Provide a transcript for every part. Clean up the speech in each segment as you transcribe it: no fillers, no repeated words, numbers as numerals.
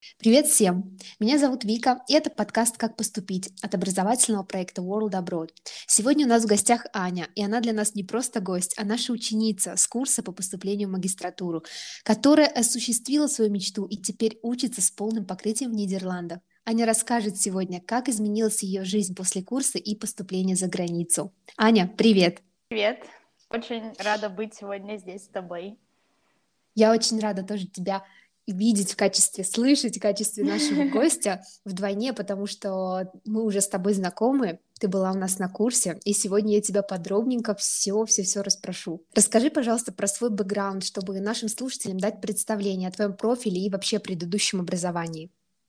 Привет всем! Меня зовут Вика, и это подкаст «Как поступить» от образовательного проекта World Abroad. Сегодня у нас в гостях Аня, и она для нас не просто гость, а наша ученица с курса по поступлению в магистратуру, которая осуществила свою мечту и теперь учится с полным покрытием в Нидерландах. Аня расскажет сегодня, как изменилась ее жизнь после курса и поступления за границу. Аня, привет! Привет! Очень рада быть сегодня здесь с тобой. Я очень рада тоже тебя видеть в качестве, слышать в качестве нашего гостя вдвойне, потому что мы уже с тобой знакомы, ты была у нас на курсе, и сегодня я тебя подробненько все расспрошу. Расскажи, пожалуйста, про свой бэкграунд, чтобы нашим слушателям дать представление о твоем профиле и вообще предыдущем образовании.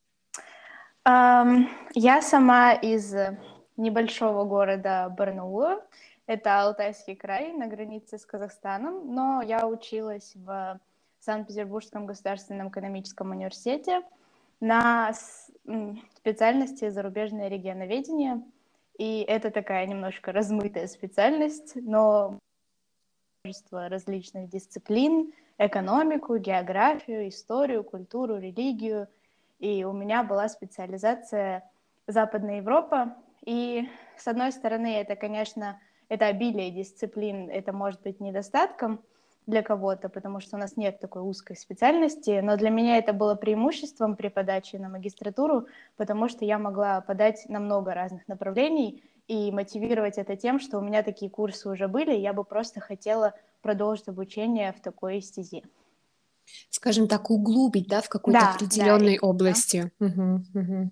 Я сама из небольшого города Барнаул. Это Алтайский край на границе с Казахстаном, но я училась в Санкт-Петербургском государственном экономическом университете на специальности зарубежное регионоведение. И это такая немножко размытая специальность, но множество различных дисциплин, экономику, географию, историю, культуру, религию. И у меня была специализация Западная Европа. И, с одной стороны, это, конечно, это обилие дисциплин, это может быть недостатком для кого-то, потому что у нас нет такой узкой специальности, но для меня это было преимуществом при подаче на магистратуру, потому что я могла подать на много разных направлений и мотивировать это тем, что у меня такие курсы уже были, и я бы просто хотела продолжить обучение в такой стезе. Скажем так, углубить, да, в какой-то Да, определенной именно. области. Мгм, мгм.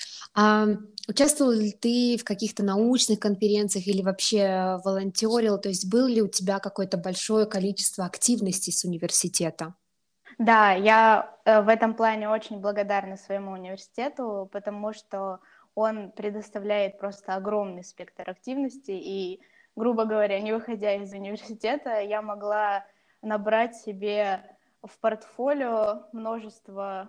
А участвовал ли ты в каких-то научных конференциях или вообще волонтерил? То есть было ли у тебя какое-то большое количество активностей с университета? Да, я в этом плане очень благодарна своему университету, потому что он предоставляет просто огромный спектр активностей, и, грубо говоря, не выходя из университета, я могла набрать себе в портфолио множество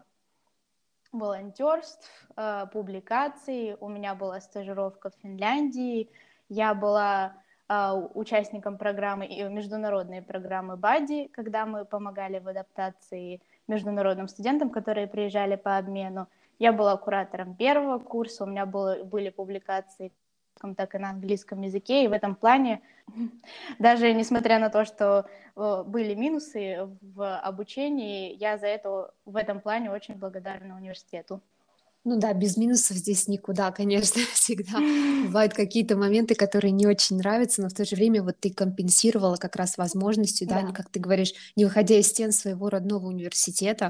волонтерств, публикаций. У меня была стажировка в Финляндии. Я была участником программы и международной программы БАДИ, когда мы помогали в адаптации международным студентам, которые приезжали по обмену. Я была куратором первого курса, у меня были публикации так и на английском языке, и в этом плане, даже несмотря на то, что были минусы в обучении, я за это в этом плане очень благодарна университету. Ну да, без минусов здесь никуда, конечно, всегда бывают какие-то моменты, которые не очень нравятся, но в то же время вот ты компенсировала как раз возможностью, да, Да. как ты говоришь, не выходя из стен своего родного университета,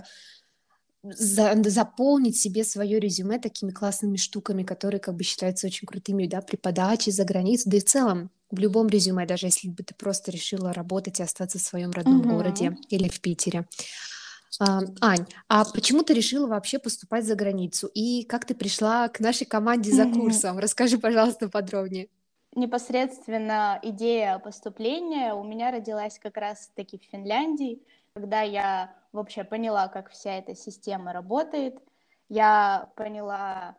заполнить себе свое резюме такими классными штуками, которые как бы считаются очень крутыми, да, при подаче за границу, да и в целом в любом резюме, даже если бы ты просто решила работать и остаться в своем родном Мгм. городе или в Питере. Ань, а почему ты решила вообще поступать за границу? И как ты пришла к нашей команде за курсом? Расскажи, пожалуйста, подробнее. Непосредственно идея поступления у меня родилась как раз-таки в Финляндии, когда я вообще поняла, как вся эта система работает. Я поняла,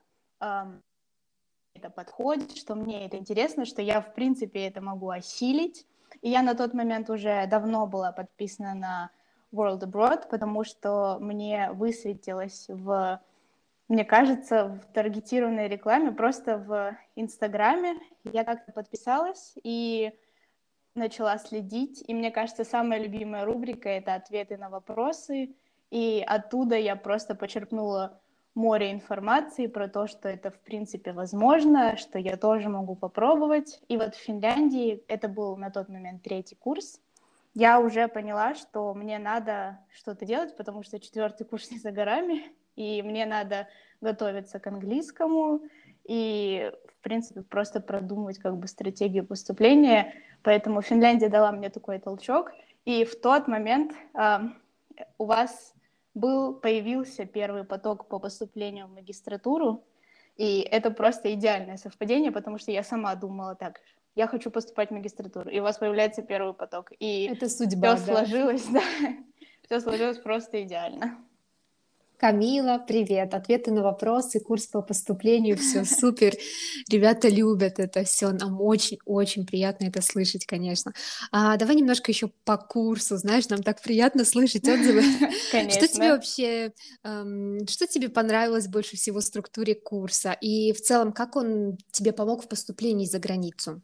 это подходит, что мне это интересно, что я, в принципе, это могу осилить. И я на тот момент уже давно была подписана на World Abroad, потому что мне высветилось мне кажется, в таргетированной рекламе, просто в Инстаграме. Я как-то подписалась и начала следить. И мне кажется, самая любимая рубрика — это ответы на вопросы. И оттуда я просто почерпнула море информации про то, что это в принципе возможно, что я тоже могу попробовать. И вот в Финляндии, это был на тот момент третий курс, я уже поняла, что мне надо что-то делать, потому что четвертый курс не за горами, и мне надо готовиться к английскому и, в принципе, просто продумывать как бы стратегию поступления. Поэтому Финляндия дала мне такой толчок. И в тот момент у вас появился первый поток по поступлению в магистратуру, и это просто идеальное совпадение, потому что я сама думала так: я хочу поступать в магистратуру, и у вас появляется первый поток. И Это все судьба, да. сложилось, да, все сложилось просто идеально. Камила, привет. Ответы на вопросы, курс по поступлению, все супер. Ребята любят это все. Нам очень-очень приятно это слышать, конечно. Давай немножко еще по курсу. Знаешь, нам так приятно слышать отзывы. Что тебе Конечно. вообще, что тебе понравилось больше всего в структуре курса? И в целом, как он тебе помог в поступлении за границу?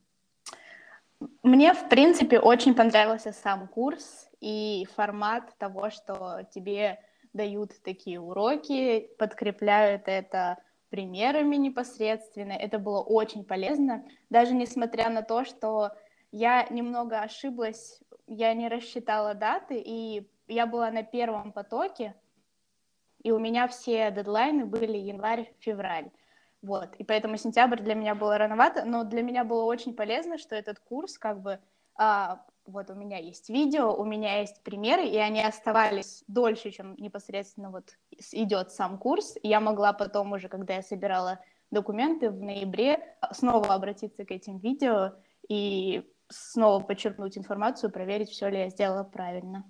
Мне, в принципе, очень понравился сам курс и формат того, что тебе дают такие уроки, подкрепляют это примерами непосредственно. Это было очень полезно, даже несмотря на то, что я немного ошиблась, я не рассчитала даты, и я была на первом потоке, и у меня все дедлайны были январь-февраль. Вот, и поэтому сентябрь для меня было рановато, но для меня было очень полезно, что этот курс как бы, вот у меня есть видео, у меня есть примеры, и они оставались дольше, чем непосредственно вот идет сам курс, и я могла потом уже, когда я собирала документы в ноябре, снова обратиться к этим видео и снова подчеркнуть информацию, проверить, все ли я сделала правильно.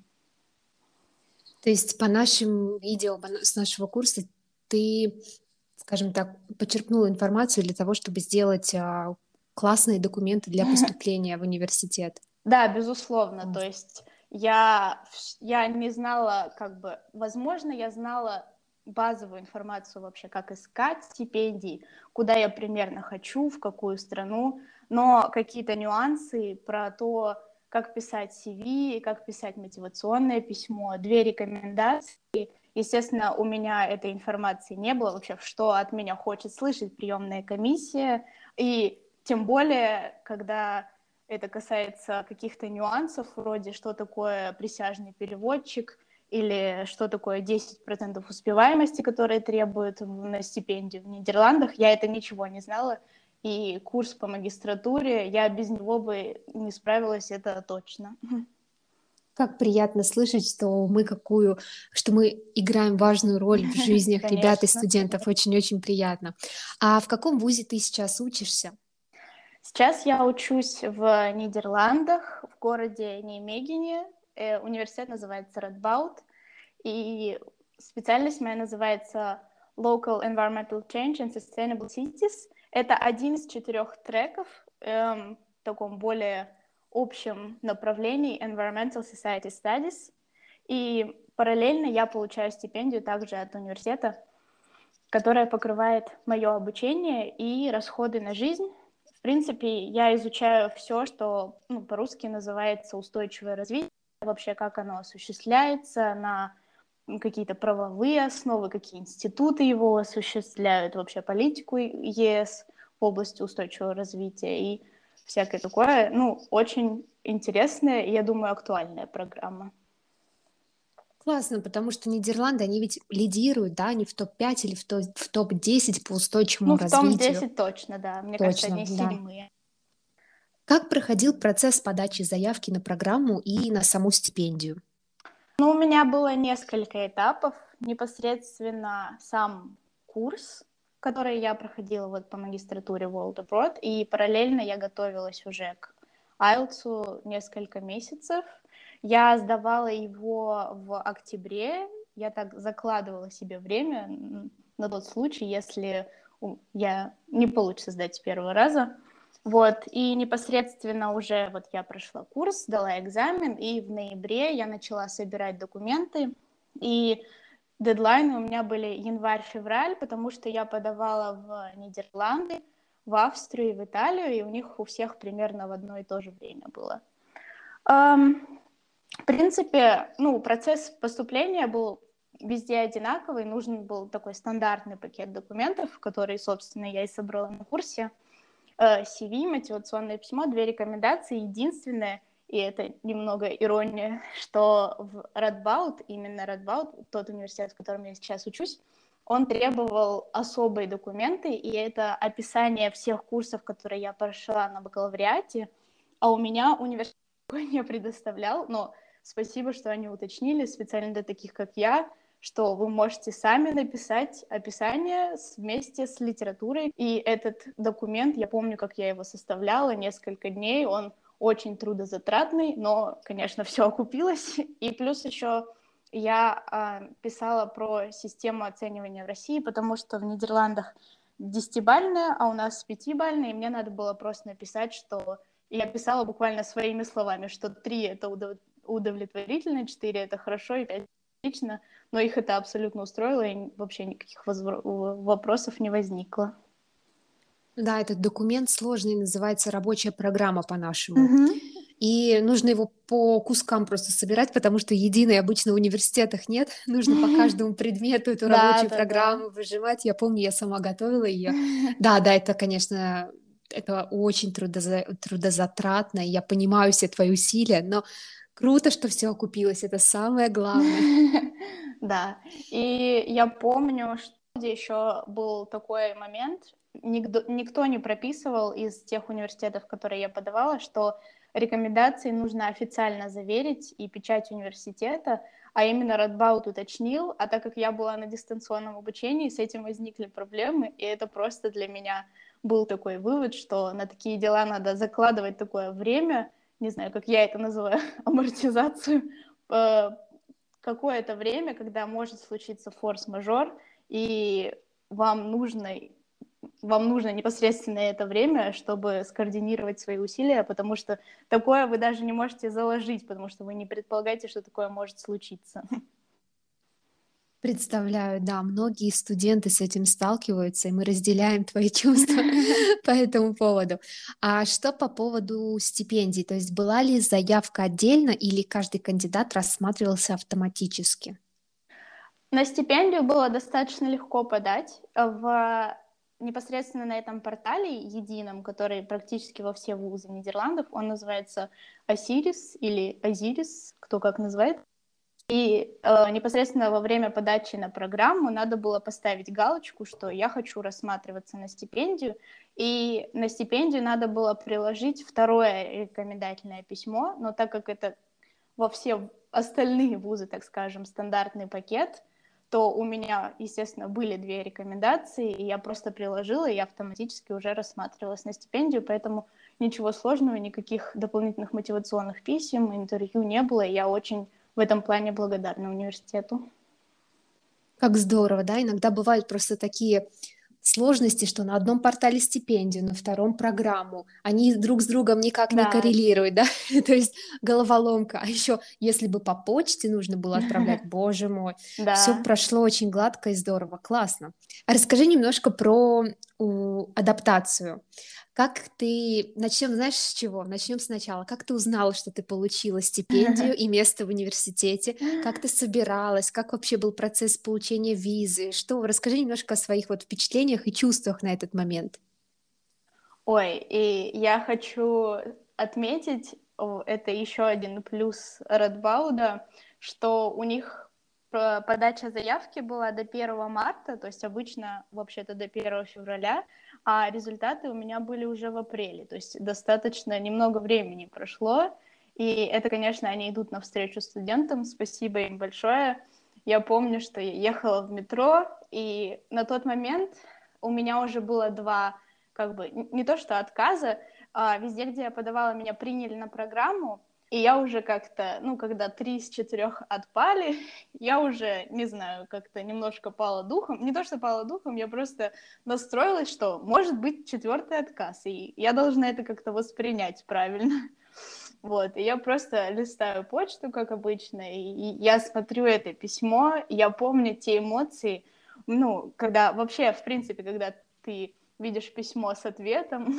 То есть по нашим видео, с нашего курса ты, скажем так, почерпнула информацию для того, чтобы сделать классные документы для поступления в университет. Да, безусловно. То Класс. есть я не знала, как бы, возможно, я знала базовую информацию вообще, как искать стипендии, куда я примерно хочу, в какую страну, но какие-то нюансы про то, как писать CV, как писать мотивационное письмо, 2 рекомендации. Естественно, у меня этой информации не было вообще, что от меня хочет слышать приемная комиссия, и тем более, когда это касается каких-то нюансов, вроде что такое присяжный переводчик или что такое 10% успеваемости, которые требуют на стипендию в Нидерландах. Я это ничего не знала. И курс по магистратуре, я без него бы не справилась, это точно. Как приятно слышать, что мы играем важную роль в жизнях ребят и Конечно. студентов. Очень-очень приятно. А в каком вузе ты сейчас учишься? Сейчас я учусь в Нидерландах, в городе Нijmegen. Университет называется Radboud. И специальность моя называется Local Environmental Change and Sustainable Cities. Это один из 4 треков в таком более общем направлении Environmental Society Studies. И параллельно я получаю стипендию также от университета, которая покрывает мое обучение и расходы на жизнь. В принципе, я изучаю все, что по-русски называется устойчивое развитие, вообще как оно осуществляется на какие-то правовые основы, какие институты его осуществляют, вообще политику ЕС в области устойчивого развития и всякое такое. Очень интересная и, я думаю, актуальная программа. Классно, потому что Нидерланды, они ведь лидируют, да, они в топ-5 или в топ-10 по устойчивому В том развитию. 10 точно, да. Мне кажется, Точно, они да. седьмые. Как проходил процесс подачи заявки на программу и на саму стипендию? У меня было несколько этапов. Непосредственно сам курс, который я проходила вот по магистратуре World Abroad, и параллельно я готовилась уже к IELTS несколько месяцев. Я сдавала его в октябре. Я так закладывала себе время на тот случай, если я не получится сдать с первого раза. Вот, и непосредственно уже вот я прошла курс, сдала экзамен, и в ноябре я начала собирать документы, и дедлайны у меня были январь-февраль, потому что я подавала в Нидерланды, в Австрию и в Италию, и у них у всех примерно в одно и то же время было. В принципе, процесс поступления был везде одинаковый, нужен был такой стандартный пакет документов, который, собственно, я и собрала на курсе. CV, мотивационное письмо, 2 рекомендации. Единственное, и это немного ирония, что в Radboud, именно Radboud, тот университет, в котором я сейчас учусь, он требовал особые документы, и это описание всех курсов, которые я прошла на бакалавриате, а у меня университет не предоставлял, но спасибо, что они уточнили специально для таких, как я, что вы можете сами написать описание вместе с литературой. И этот документ, я помню, как я его составляла несколько дней, он очень трудозатратный, но, конечно, все окупилось. И плюс еще Я писала про систему оценивания в России, потому что в Нидерландах 10-бальная, а у нас 5-бальная, и мне надо было просто написать, что... Я писала буквально своими словами, что 3 — это удовлетворительно, 4 — это хорошо, и 5 — отлично, но их это абсолютно устроило, и вообще никаких вопросов не возникло. Да, этот документ сложный, называется рабочая программа по-нашему. Мгм. И нужно его по кускам просто собирать, потому что единой обычно в университетах нет. Нужно по каждому предмету эту Да, рабочую да, да. программу выжимать. Я помню, я сама готовила ее. Да, да, это, конечно, это очень трудозатратно. И я понимаю все твои усилия, но круто, что все окупилось. Это самое главное. Да. И я помню, что еще был такой момент, никто не прописывал из тех университетов, в которые я подавала, что рекомендации нужно официально заверить и печать университета, а именно Радбаут уточнил, а так как я была на дистанционном обучении, с этим возникли проблемы, и это просто для меня был такой вывод, что на такие дела надо закладывать такое время, не знаю, как я это называю, амортизацию, э, какое-то время, когда может случиться форс-мажор, и вам нужно, вам нужно непосредственно это время, чтобы скоординировать свои усилия, потому что такое вы даже не можете заложить, потому что вы не предполагаете, что такое может случиться. Представляю, да, многие студенты с этим сталкиваются, и мы разделяем твои чувства по этому поводу. А что по поводу стипендий? То есть была ли заявка отдельно или каждый кандидат рассматривался автоматически? На стипендию было достаточно легко подать. Непосредственно на этом портале едином, который практически во все вузы Нидерландов, он называется Осирис или Азирис, кто как называет. И непосредственно во время подачи на программу надо было поставить галочку, что я хочу рассматриваться на стипендию. И на стипендию надо было приложить второе рекомендательное письмо, но так как это во все остальные вузы, так скажем, стандартный пакет, то у меня, естественно, были 2 рекомендации, и я просто приложила, и автоматически уже рассматривалась на стипендию, поэтому ничего сложного, никаких дополнительных мотивационных писем, интервью не было, и я очень в этом плане благодарна университету. Как здорово, да? Иногда бывают просто такие сложности, что на одном портале стипендию, на втором программу. Они друг с другом никак не Да, коррелируют, да? То есть головоломка. А еще, если бы по почте нужно было отправлять, боже мой, все да. прошло очень гладко и здорово, классно. А расскажи немножко про адаптацию. Как ты... Начнем, знаешь, с чего? Начнем сначала. Как ты узнала, что ты получила стипендию и место в университете? Как ты собиралась? Как вообще был процесс получения визы? Что? Расскажи немножко о своих вот впечатлениях и чувствах на этот момент. Ой, и я хочу отметить, это еще один плюс Радбауда, что у них подача заявки была до 1 марта, то есть обычно вообще-то до 1 февраля, а результаты у меня были уже в апреле, то есть достаточно немного времени прошло, и это, конечно, они идут навстречу студентам, спасибо им большое. Я помню, что я ехала в метро, и на тот момент у меня уже было 2 как бы не то что отказа, а везде, где я подавала, меня приняли на программу, и я уже как-то, ну, когда 3 из 4 отпали, я уже, не знаю, как-то немножко пала духом. Не то, что пала духом, я просто настроилась, что может быть 4-й отказ, и я должна это как-то воспринять правильно. Вот, и я просто листаю почту, как обычно, и я смотрю это письмо, и я помню те эмоции, ну, когда вообще, в принципе, когда ты видишь письмо с ответом,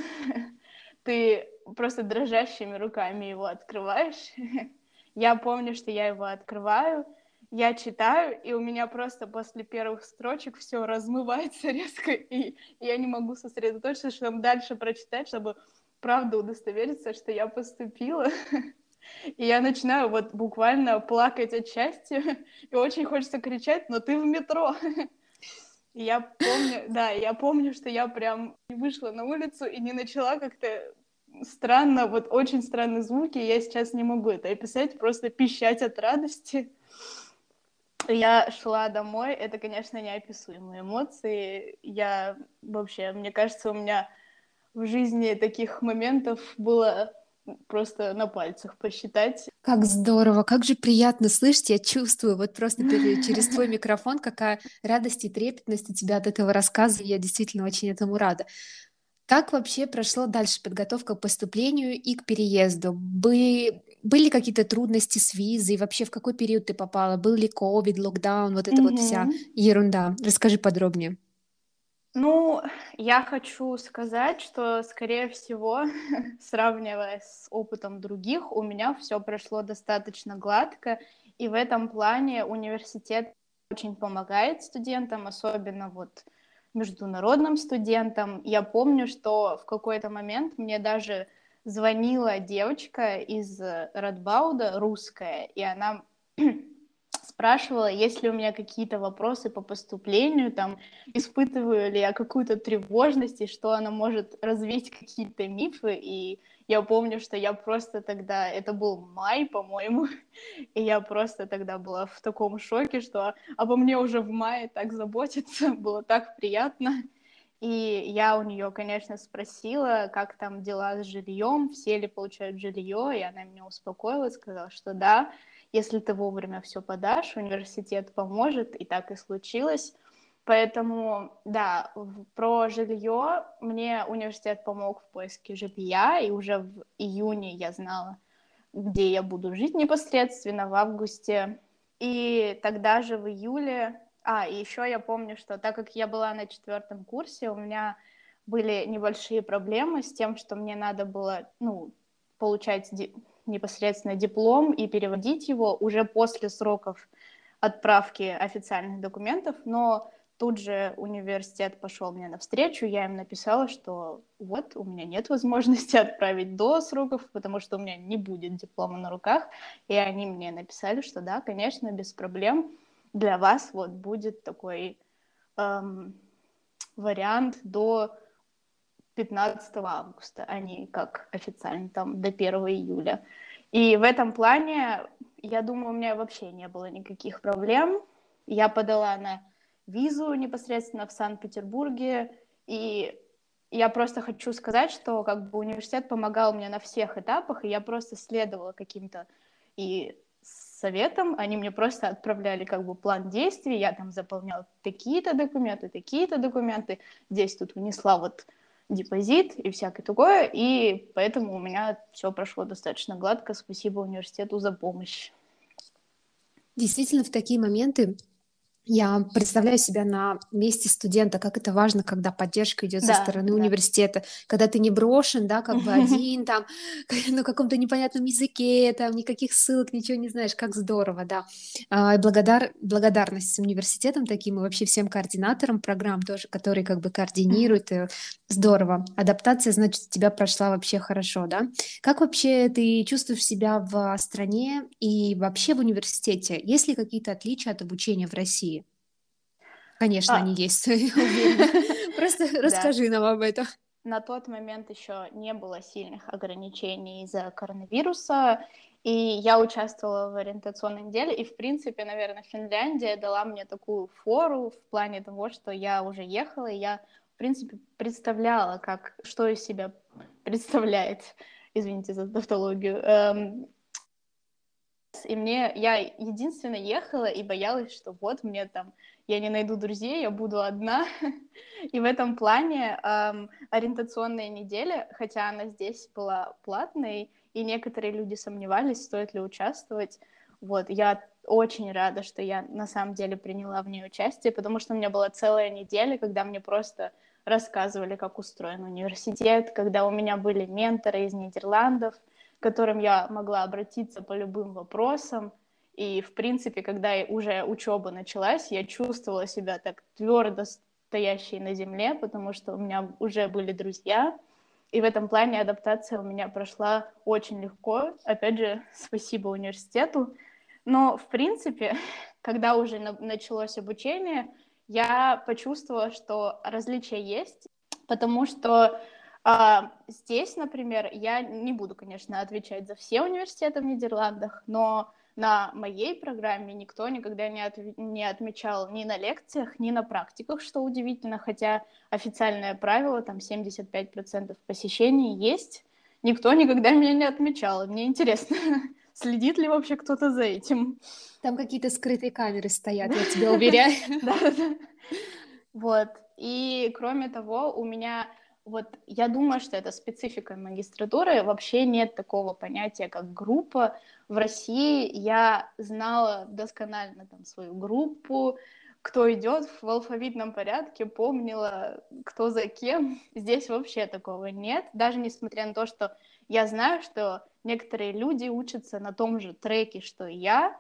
ты просто дрожащими руками его открываешь. Я помню, что я его открываю, я читаю, и у меня просто после первых строчек все размывается резко, и я не могу сосредоточиться, чтобы дальше прочитать, чтобы правда удостовериться, что я поступила. И я начинаю вот буквально плакать от счастья, и очень хочется кричать, но ты в метро. И я помню, да, я помню, что я прям вышла на улицу и не начала как-то странно, вот очень странные звуки, я сейчас не могу это описать, просто пищать от радости. Я шла домой, это, конечно, неописуемые эмоции. Я вообще, мне кажется, у меня в жизни таких моментов было просто на пальцах посчитать. Как здорово, как же приятно слышать, я чувствую вот просто через твой микрофон, какая радость и трепетность у тебя от этого рассказа, я действительно очень этому рада. Как вообще прошло дальше подготовка к поступлению и к переезду? Были какие-то трудности с визой? Вообще, в какой период ты попала? Был ли ковид, локдаун, вот эта вот вся Мгм. ерунда? Расскажи подробнее. Ну, я хочу сказать, что, скорее всего, сравнивая с опытом других, у меня все прошло достаточно гладко, и в этом плане университет очень помогает студентам, особенно вот международным студентам. Я помню, что в какой-то момент мне даже звонила девочка из Радбауда, русская, и она спрашивала, есть ли у меня какие-то вопросы по поступлению, там, испытываю ли я какую-то тревожность, и что она может развить какие-то мифы. И я помню, что я просто тогда, это был май, по-моему, и я просто тогда была в таком шоке, что обо мне уже в мае так заботятся, было так приятно. И я у нее, конечно, спросила, как там дела с жильем, все ли получают жилье, и она меня успокоила, сказала, что да, если ты вовремя все подашь, университет поможет, и так и случилось. Поэтому, да, про жилье мне университет помог в поиске жилья, и уже в июне я знала, где я буду жить непосредственно, в августе. И тогда же в июле... и еще я помню, что так как я была на 4-м курсе, у меня были небольшие проблемы с тем, что мне надо было, получать непосредственно диплом и переводить его уже после сроков отправки официальных документов, но тут же университет пошел мне навстречу, я им написала, что вот, у меня нет возможности отправить до сроков, потому что у меня не будет диплома на руках, и они мне написали, что да, конечно, без проблем, для вас вот будет такой вариант до 15 августа, а не как официально там до 1 июля. И в этом плане, я думаю, у меня вообще не было никаких проблем. Я подала на визу непосредственно в Санкт-Петербурге, и я просто хочу сказать, что как бы университет помогал мне на всех этапах, и я просто следовала каким-то и советам, они мне просто отправляли как бы план действий, я там заполняла такие-то документы, здесь тут внесла вот депозит и всякое такое, и поэтому у меня все прошло достаточно гладко. Спасибо университету за помощь. Действительно, в такие моменты я представляю себя на месте студента, как это важно, когда поддержка идет со Да, стороны да. университета, когда ты не брошен, да, как бы один там, на каком-то непонятном языке, там никаких ссылок, ничего не знаешь, как здорово, да. И благодарность университетам таким и вообще всем координаторам программ тоже, которые как бы координируют, здорово. Адаптация, значит, у тебя прошла вообще хорошо, да? Как вообще ты чувствуешь себя в стране и вообще в университете? Есть ли какие-то отличия от обучения в России? Конечно, они А, есть, я уверена. Просто да. расскажи нам об этом. На тот момент еще не было сильных ограничений из-за коронавируса, и я участвовала в ориентационной неделе, и, в принципе, наверное, Финляндия дала мне такую фору в плане того, что я уже ехала, и я, в принципе, представляла, что из себя представляет, извините за тавтологию, и я единственная ехала и боялась, что вот мне там, я не найду друзей, я буду одна. И в этом плане ориентационная неделя, хотя она здесь была платной, и некоторые люди сомневались, стоит ли участвовать. Вот, я очень рада, что я на самом деле приняла в ней участие, потому что у меня была целая неделя, когда мне просто рассказывали, как устроен университет, когда у меня были менторы из Нидерландов, к которым я могла обратиться по любым вопросам. И, в принципе, когда уже учеба началась, я чувствовала себя так твердо стоящей на земле, потому что у меня уже были друзья. И в этом плане адаптация у меня прошла очень легко. Опять же, спасибо университету. Но, в принципе, когда уже началось обучение, я почувствовала, что различия есть, потому что здесь, например, я не буду, конечно, отвечать за все университеты в Нидерландах, но на моей программе никто никогда не отмечал ни на лекциях, ни на практиках, что удивительно, хотя официальное правило, там 75% посещений есть, никто никогда меня не отмечал. И мне интересно, следит ли вообще кто-то за этим. Там какие-то скрытые камеры стоят, я тебя уверяю. Да-да-да. Вот. И кроме того, у меня вот я думаю, что это специфика магистратуры. Вообще нет такого понятия, как группа. В России я знала досконально там свою группу, кто идет в алфавитном порядке, помнила, кто за кем. Здесь вообще такого нет. Даже несмотря на то, что я знаю, что некоторые люди учатся на том же треке, что и я.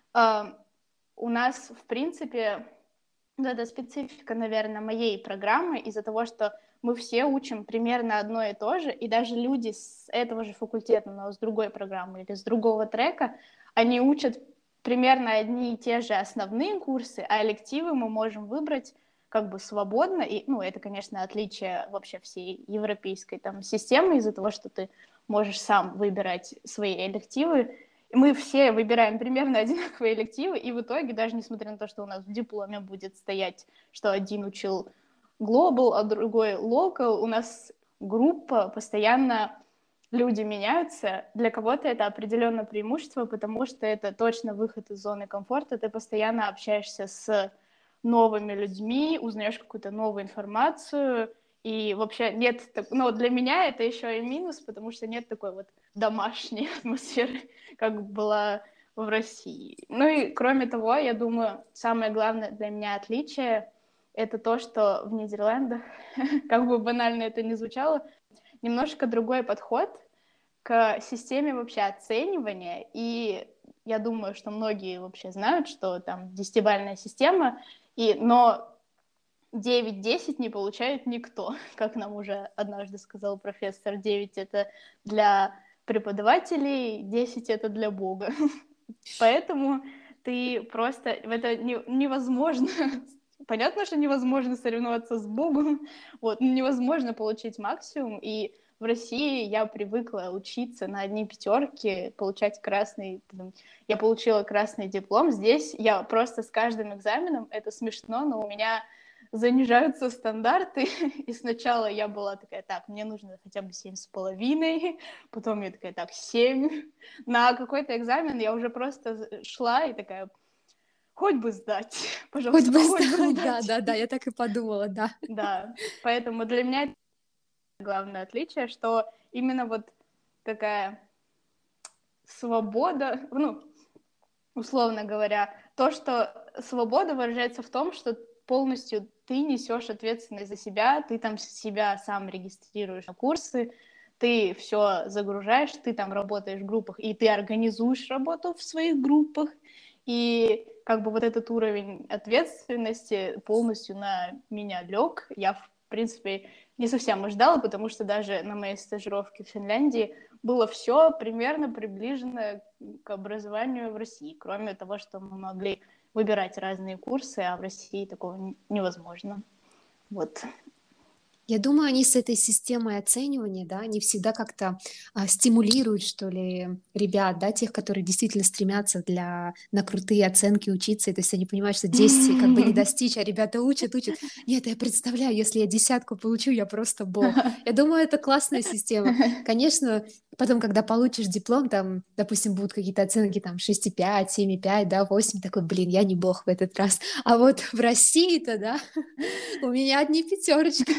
У нас, в принципе, вот это специфика, наверное, моей программы из-за того, что мы все учим примерно одно и то же, и даже люди с этого же факультета, но с другой программы или с другого трека, они учат примерно одни и те же основные курсы, а элективы мы можем выбрать как бы свободно, и, ну, это, конечно, отличие вообще всей европейской там системы из-за того, что ты можешь сам выбирать свои элективы. Мы все выбираем примерно одинаковые элективы, и в итоге, даже несмотря на то, что у нас в дипломе будет стоять, что один учил global, а другой local, у нас группа, постоянно люди меняются. Для кого-то это определенно преимущество, потому что это точно выход из зоны комфорта, ты постоянно общаешься с новыми людьми, узнаешь какую-то новую информацию, и вообще нет, ну, для меня это еще и минус, потому что нет такой вот домашней атмосферы, как была в России. Ну и кроме того, я думаю, самое главное для меня отличие это то, что в Нидерландах, как бы банально это ни звучало, немножко другой подход к системе вообще оценивания. И я думаю, что многие вообще знают, что там десятибалльная система, но 9-10 не получает никто, как нам уже однажды сказал профессор. 9 это для преподавателей, 10 это для Бога. Поэтому ты просто... Это невозможно... Понятно, что невозможно соревноваться с Богом, вот, но невозможно получить максимум, и в России я привыкла учиться на одни пятерки, получать красный... Я получила красный диплом. Здесь я просто с каждым экзаменом, это смешно, но у меня занижаются стандарты, и сначала я была такая, так, мне нужно хотя бы 7,5, потом я такая, так, 7. На какой-то экзамен я уже просто шла и такая, хоть бы сдать, Хоть пожалуйста, бы хоть бы сдать, сдать. да, я так и подумала, да. Да, поэтому для меня это главное отличие, что именно вот такая свобода, ну, условно говоря, то, что свобода выражается в том, что полностью ты несешь ответственность за себя, ты там себя сам регистрируешь на курсы, ты все загружаешь, ты там работаешь в группах, и ты организуешь работу в своих группах, и как бы вот этот уровень ответственности полностью на меня лег. Я, в принципе, не совсем ждала, потому что даже на моей стажировке в Финляндии было все примерно приближено к образованию в России, кроме того, что мы могли выбирать разные курсы, а в России такого невозможно. Вот. Я думаю, они с этой системой оценивания, да, они всегда как-то стимулируют, что ли, ребят, да, тех, которые действительно стремятся на крутые оценки учиться. И то есть они понимают, что 10 как бы не достичь, а ребята учат. Нет, я представляю, если я десятку получу, я просто бог. Я думаю, это классная система. Конечно, потом, когда получишь диплом, там, допустим, будут какие-то оценки, там, 6,5, 7,5, да, 8, такой, блин, я не бог в этот раз. А вот в России-то, да, у меня одни пятерочки.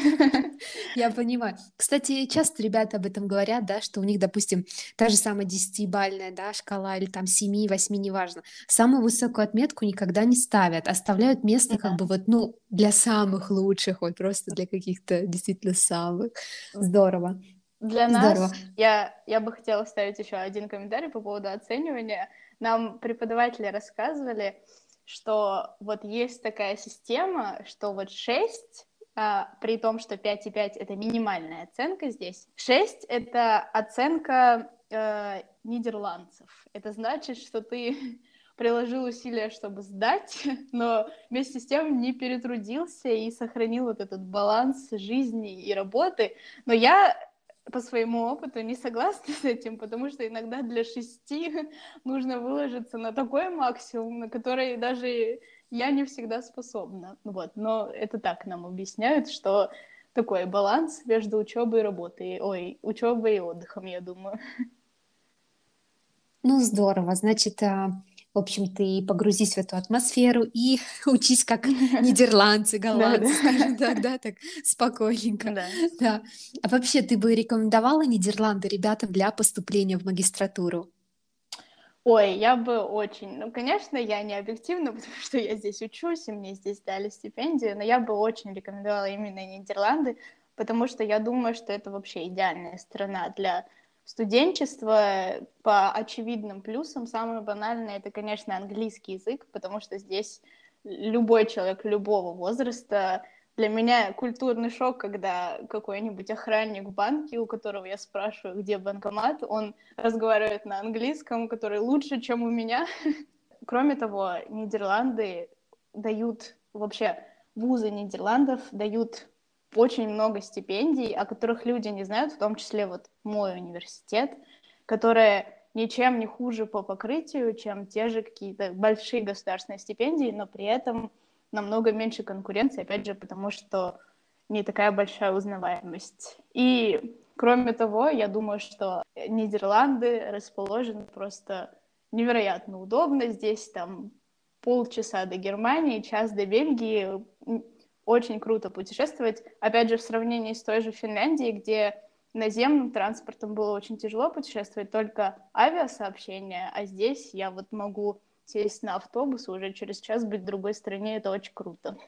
Я понимаю. Кстати, часто ребята об этом говорят, да, что у них, допустим, та же самая десятибалльная, да, шкала или там 7, 8, неважно. Самую высокую отметку никогда не ставят, оставляют место как Да. бы вот, ну, для самых лучших, вот просто для каких-то действительно самых. Здорово, Для здорово. нас, я бы хотела ставить еще один комментарий по поводу оценивания. Нам преподаватели рассказывали, что вот есть такая система, что вот 6, при том, что 5,5 это минимальная оценка здесь, 6 это оценка нидерландцев. Это значит, что ты приложил усилия, чтобы сдать, но вместе с тем не перетрудился и сохранил вот этот баланс жизни и работы. Но я по своему опыту не согласна с этим, потому что иногда для 6 нужно выложиться на такой максимум, на который даже я не всегда способна. Вот. Но это так нам объясняют, что такой баланс между учебой и работой. Ой, учебой и отдыхом, я думаю. Ну, здорово. Значит, в общем, ты погрузись в эту атмосферу и учись как нидерландцы, Да, да. голландцы, скажем так, да, так спокойненько. Да. Да. А вообще, ты бы рекомендовала Нидерланды ребятам для поступления в магистратуру? Ой, я бы очень, ну, конечно, я не объективна, потому что я здесь учусь, и мне здесь дали стипендию, но я бы очень рекомендовала именно Нидерланды, потому что я думаю, что это вообще идеальная страна для студенчества. По очевидным плюсам, самое банальное, это, конечно, английский язык, потому что здесь любой человек любого возраста. Для меня культурный шок, когда какой-нибудь охранник в банке, у которого я спрашиваю, где банкомат, он разговаривает на английском, который лучше, чем у меня. Кроме того, Нидерланды дают, вообще вузы Нидерландов дают очень много стипендий, о которых люди не знают, в том числе вот мой университет, которые ничем не хуже по покрытию, чем те же какие-то большие государственные стипендии, но при этом намного меньше конкуренции, опять же, потому что не такая большая узнаваемость. И, кроме того, я думаю, что Нидерланды расположены просто невероятно удобно. Здесь там полчаса до Германии, час до Бельгии. Очень круто путешествовать. Опять же, в сравнении с той же Финляндией, где наземным транспортом было очень тяжело путешествовать, только авиасообщение, а здесь я вот могу сесть на автобус и уже через час быть в другой стране. Это очень круто.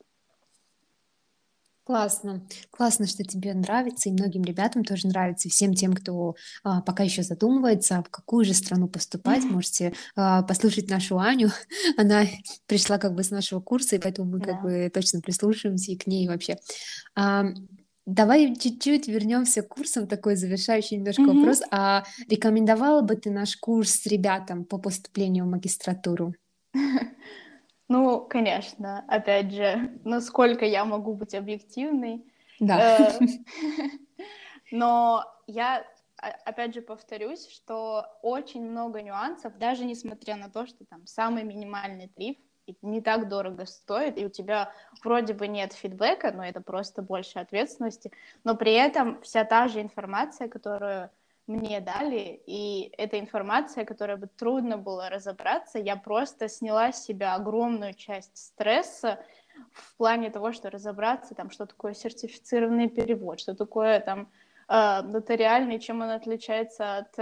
Классно. Классно, что тебе нравится, и многим ребятам тоже нравится, и всем тем, кто пока еще задумывается, в какую же страну поступать, можете послушать нашу Аню. Она пришла как бы с нашего курса, и поэтому мы как Да. бы точно прислушиваемся и к ней вообще. А, Давай чуть-чуть вернемся к курсам, такой завершающий немножко Мгм. вопрос. А рекомендовала бы ты наш курс ребятам по поступлению в магистратуру? Ну, конечно, опять же, насколько я могу быть объективной. Да. Э, Но я, опять же, повторюсь, что очень много нюансов, даже несмотря на то, что там самый минимальный тариф и не так дорого стоит, и у тебя вроде бы нет фидбэка, но это просто больше ответственности, но при этом вся та же информация, которую мне дали, и эта информация, которой бы трудно было разобраться, я просто сняла с себя огромную часть стресса в плане того, что разобраться, там, что такое сертифицированный перевод, что такое там нотариальный, чем он отличается от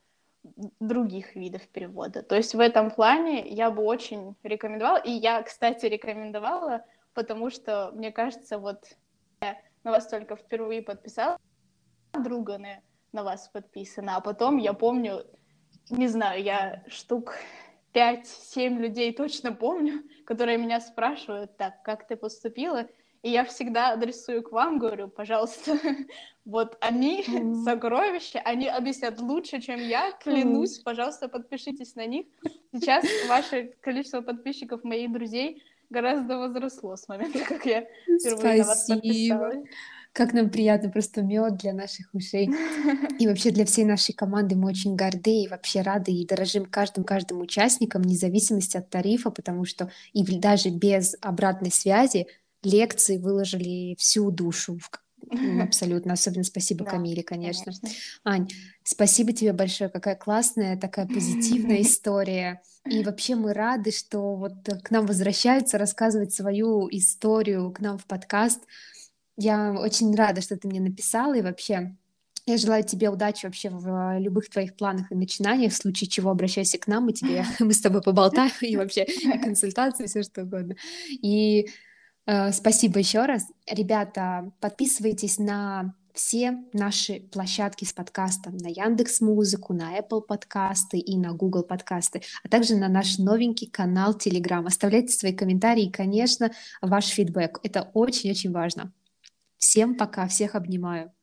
других видов перевода. То есть в этом плане я бы очень рекомендовала, и я, кстати, рекомендовала, потому что, мне кажется, вот на вас только впервые подписала, друга на вас подписана, а потом я помню, не знаю, я штук 5-7 людей точно помню, которые меня спрашивают, так, как ты поступила? И я всегда адресую к вам, говорю, пожалуйста, вот они М, сокровища, они объяснят лучше, чем я, м. клянусь, пожалуйста, подпишитесь на них. Сейчас ваше количество подписчиков моих друзей гораздо возросло с момента, как я впервые на вас Спасибо. подписалась. Как нам приятно, просто мед для наших ушей. И вообще для всей нашей команды мы очень горды и вообще рады и дорожим каждым участником, вне зависимости от тарифа, потому что даже без обратной связи лекции выложили всю душу абсолютно. Особенно спасибо Да, Камиле, конечно. конечно. Ань, спасибо тебе большое. Какая классная, такая позитивная история. И вообще мы рады, что вот к нам возвращаются рассказывать свою историю, к нам в подкаст. Я очень рада, что ты мне написала, и вообще я желаю тебе удачи вообще в любых твоих планах и начинаниях. В случае чего обращайся к нам, мы с тобой поболтаем, и вообще и консультации, все что угодно. И спасибо еще раз. Ребята, подписывайтесь на все наши площадки с подкастом на Яндекс Музыку, на Apple подкасты и на Google подкасты, а также на наш новенький канал Telegram. Оставляйте свои комментарии и, конечно, ваш фидбэк. Это очень-очень важно. Всем пока, всех обнимаю.